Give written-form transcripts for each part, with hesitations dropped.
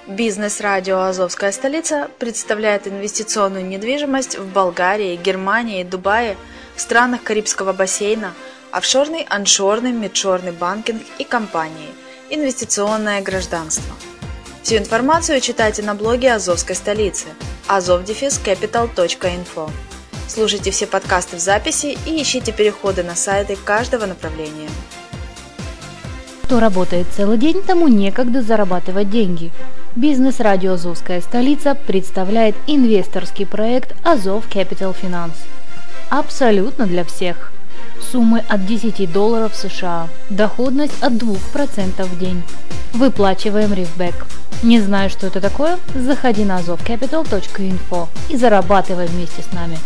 Бизнес-радио «Азовская столица» представляет инвестиционную недвижимость в Болгарии, Германии, Дубае, в странах Карибского бассейна, офшорный, аншорный, мидшорный банкинг и компании, инвестиционное гражданство. Всю информацию читайте на блоге «Азовской столицы» azov-capital.info. Слушайте все подкасты в записи и ищите переходы на сайты каждого направления. Кто работает целый день, тому некогда зарабатывать деньги. Бизнес-радио «Азовская столица» представляет инвесторский проект Azov Capital Finance. Абсолютно для всех. Суммы от $10 США. Доходность от 2% в день. Выплачиваем рифбэк. Не знаешь, что это такое? Заходи на azov-capital.info и зарабатывай вместе с нами.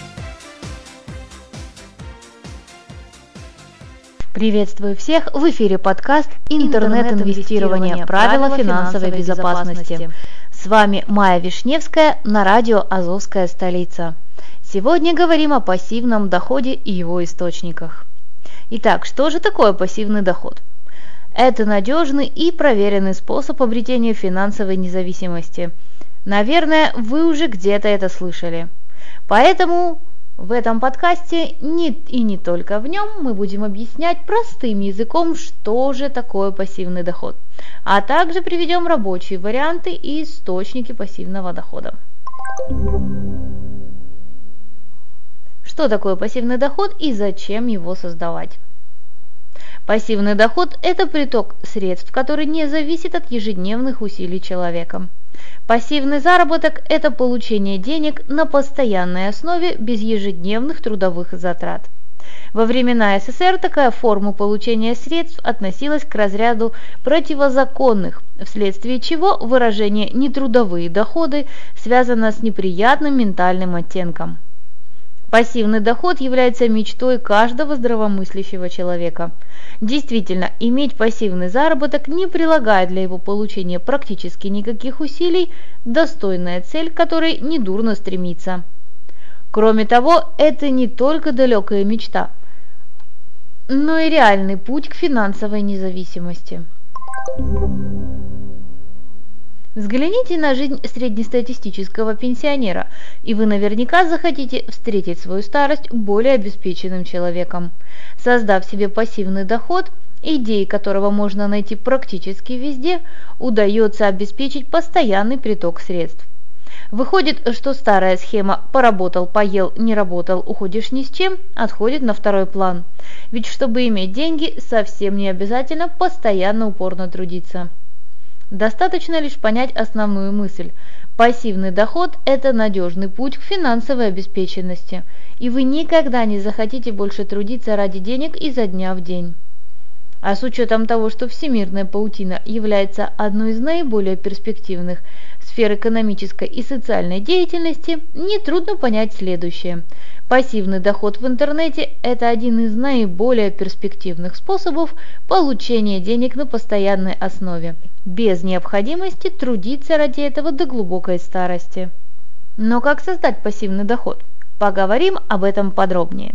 Приветствую всех! В эфире подкаст «Интернет-инвестирование. Правила финансовой безопасности». С вами Майя Вишневская на радио «Азовская столица». Сегодня говорим о пассивном доходе и его источниках. Итак, что же такое пассивный доход? Это надежный и проверенный способ обретения финансовой независимости. Наверное, вы уже где-то это слышали. Поэтому в этом подкасте и не только в нем мы будем объяснять простым языком, что же такое пассивный доход, а также приведем рабочие варианты и источники пассивного дохода. Что такое пассивный доход и зачем его создавать? Пассивный доход – это приток средств, который не зависит от ежедневных усилий человека. Пассивный заработок – это получение денег на постоянной основе без ежедневных трудовых затрат. Во времена СССР такая форма получения средств относилась к разряду противозаконных, вследствие чего выражение «нетрудовые доходы» связано с неприятным ментальным оттенком. Пассивный доход является мечтой каждого здравомыслящего человека. Действительно, иметь пассивный заработок, не прилагая для его получения практически никаких усилий, достойная цель, к которой недурно стремиться. Кроме того, это не только далекая мечта, но и реальный путь к финансовой независимости. Взгляните на жизнь среднестатистического пенсионера, и вы наверняка захотите встретить свою старость более обеспеченным человеком. Создав себе пассивный доход, идеи которого можно найти практически везде, удается обеспечить постоянный приток средств. Выходит, что старая схема «поработал, поел, не работал, уходишь ни с чем» отходит на второй план. Ведь чтобы иметь деньги, совсем не обязательно постоянно упорно трудиться. Достаточно лишь понять основную мысль. Пассивный доход – это надежный путь к финансовой обеспеченности, и вы никогда не захотите больше трудиться ради денег изо дня в день. А с учетом того, что всемирная паутина является одной из наиболее перспективных сфер экономической и социальной деятельности, нетрудно понять следующее. Пассивный доход в интернете – это один из наиболее перспективных способов получения денег на постоянной основе, без необходимости трудиться ради этого до глубокой старости. Но как создать пассивный доход? Поговорим об этом подробнее.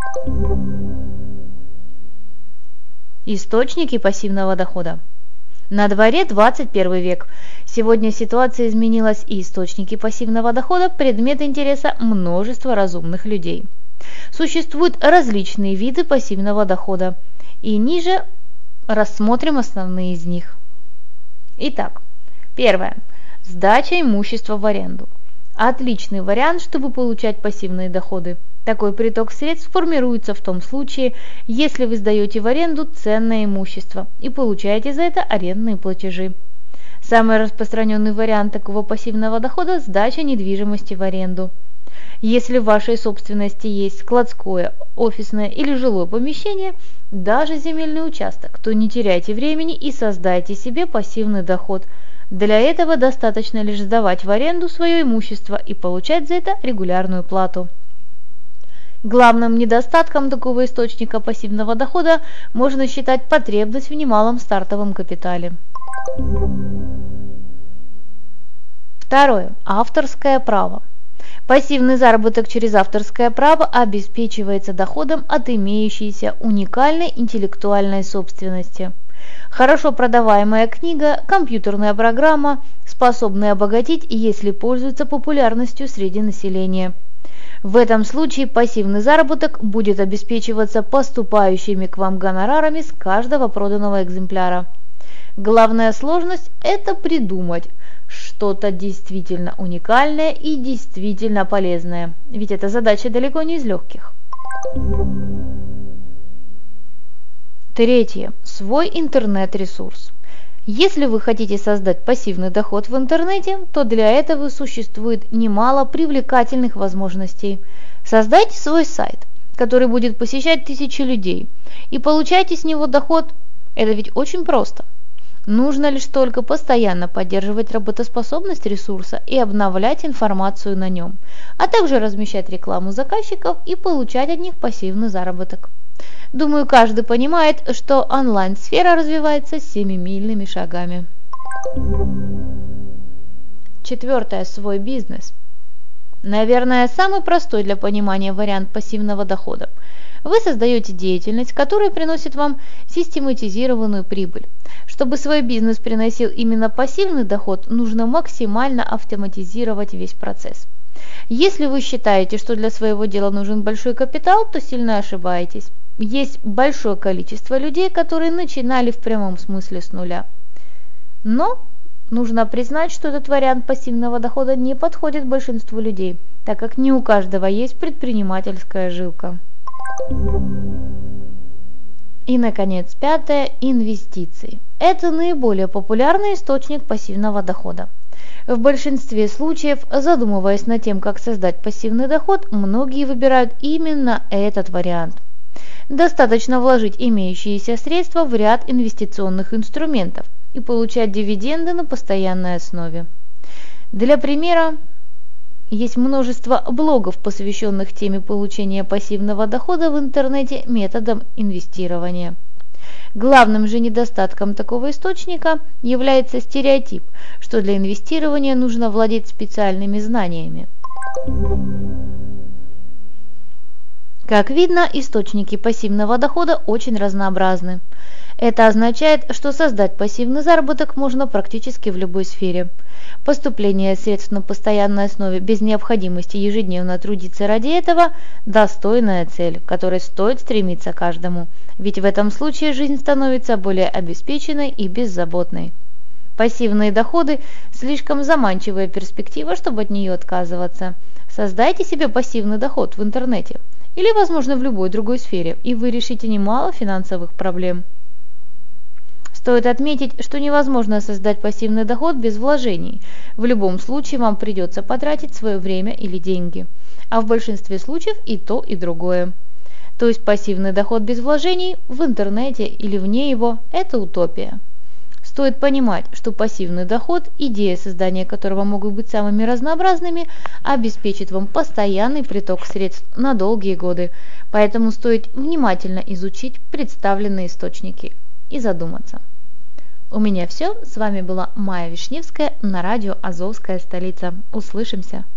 Источники пассивного дохода. На дворе 21 век. Сегодня ситуация изменилась, и источники пассивного дохода – предмет интереса множества разумных людей. Существуют различные виды пассивного дохода, и ниже рассмотрим основные из них. Итак, первое. Сдача имущества в аренду. Отличный вариант, чтобы получать пассивные доходы. Такой приток средств формируется в том случае, если вы сдаете в аренду ценное имущество и получаете за это арендные платежи. Самый распространенный вариант такого пассивного дохода – сдача недвижимости в аренду. Если в вашей собственности есть складское, офисное или жилое помещение, даже земельный участок, то не теряйте времени и создайте себе пассивный доход. Для этого достаточно лишь сдавать в аренду свое имущество и получать за это регулярную плату. Главным недостатком такого источника пассивного дохода можно считать потребность в немалом стартовом капитале. Второе. Авторское право. Пассивный заработок через авторское право обеспечивается доходом от имеющейся уникальной интеллектуальной собственности. Хорошо продаваемая книга, компьютерная программа, способны обогатить, если пользуются популярностью среди населения. В этом случае пассивный заработок будет обеспечиваться поступающими к вам гонорарами с каждого проданного экземпляра. Главная сложность – это придумать что-то действительно уникальное и действительно полезное, ведь эта задача далеко не из легких. Третье. Свой интернет-ресурс. Если вы хотите создать пассивный доход в интернете, то для этого существует немало привлекательных возможностей. Создайте свой сайт, который будет посещать тысячи людей, и получайте с него доход. Это ведь очень просто. Нужно лишь только постоянно поддерживать работоспособность ресурса и обновлять информацию на нем, а также размещать рекламу заказчиков и получать от них пассивный заработок. Думаю, каждый понимает, что онлайн-сфера развивается семимильными шагами. Четвертое. Свой бизнес. Наверное, самый простой для понимания вариант пассивного дохода. Вы создаете деятельность, которая приносит вам систематизированную прибыль. Чтобы свой бизнес приносил именно пассивный доход, нужно максимально автоматизировать весь процесс. Если вы считаете, что для своего дела нужен большой капитал, то сильно ошибаетесь. Есть большое количество людей, которые начинали в прямом смысле с нуля. Но нужно признать, что этот вариант пассивного дохода не подходит большинству людей, так как не у каждого есть предпринимательская жилка. И, наконец, пятое – инвестиции. Это наиболее популярный источник пассивного дохода. В большинстве случаев, задумываясь над тем, как создать пассивный доход, многие выбирают именно этот вариант. Достаточно вложить имеющиеся средства в ряд инвестиционных инструментов и получать дивиденды на постоянной основе. Для примера, есть множество блогов, посвященных теме получения пассивного дохода в интернете методом инвестирования. Главным же недостатком такого источника является стереотип, что для инвестирования нужно владеть специальными знаниями. Как видно, источники пассивного дохода очень разнообразны. Это означает, что создать пассивный заработок можно практически в любой сфере. Поступление средств на постоянной основе без необходимости ежедневно трудиться ради этого – достойная цель, к которой стоит стремиться каждому, ведь в этом случае жизнь становится более обеспеченной и беззаботной. Пассивные доходы – слишком заманчивая перспектива, чтобы от нее отказываться. Создайте себе пассивный доход в интернете или, возможно, в любой другой сфере, и вы решите немало финансовых проблем. Стоит отметить, что невозможно создать пассивный доход без вложений. В любом случае вам придется потратить свое время или деньги. А в большинстве случаев и то, и другое. То есть пассивный доход без вложений в интернете или вне его – это утопия. Стоит понимать, что пассивный доход, идея создания которого могут быть самыми разнообразными, обеспечит вам постоянный приток средств на долгие годы. Поэтому стоит внимательно изучить представленные источники и задуматься. У меня все. С вами была Майя Вишневская на радио «Азовская столица». Услышимся!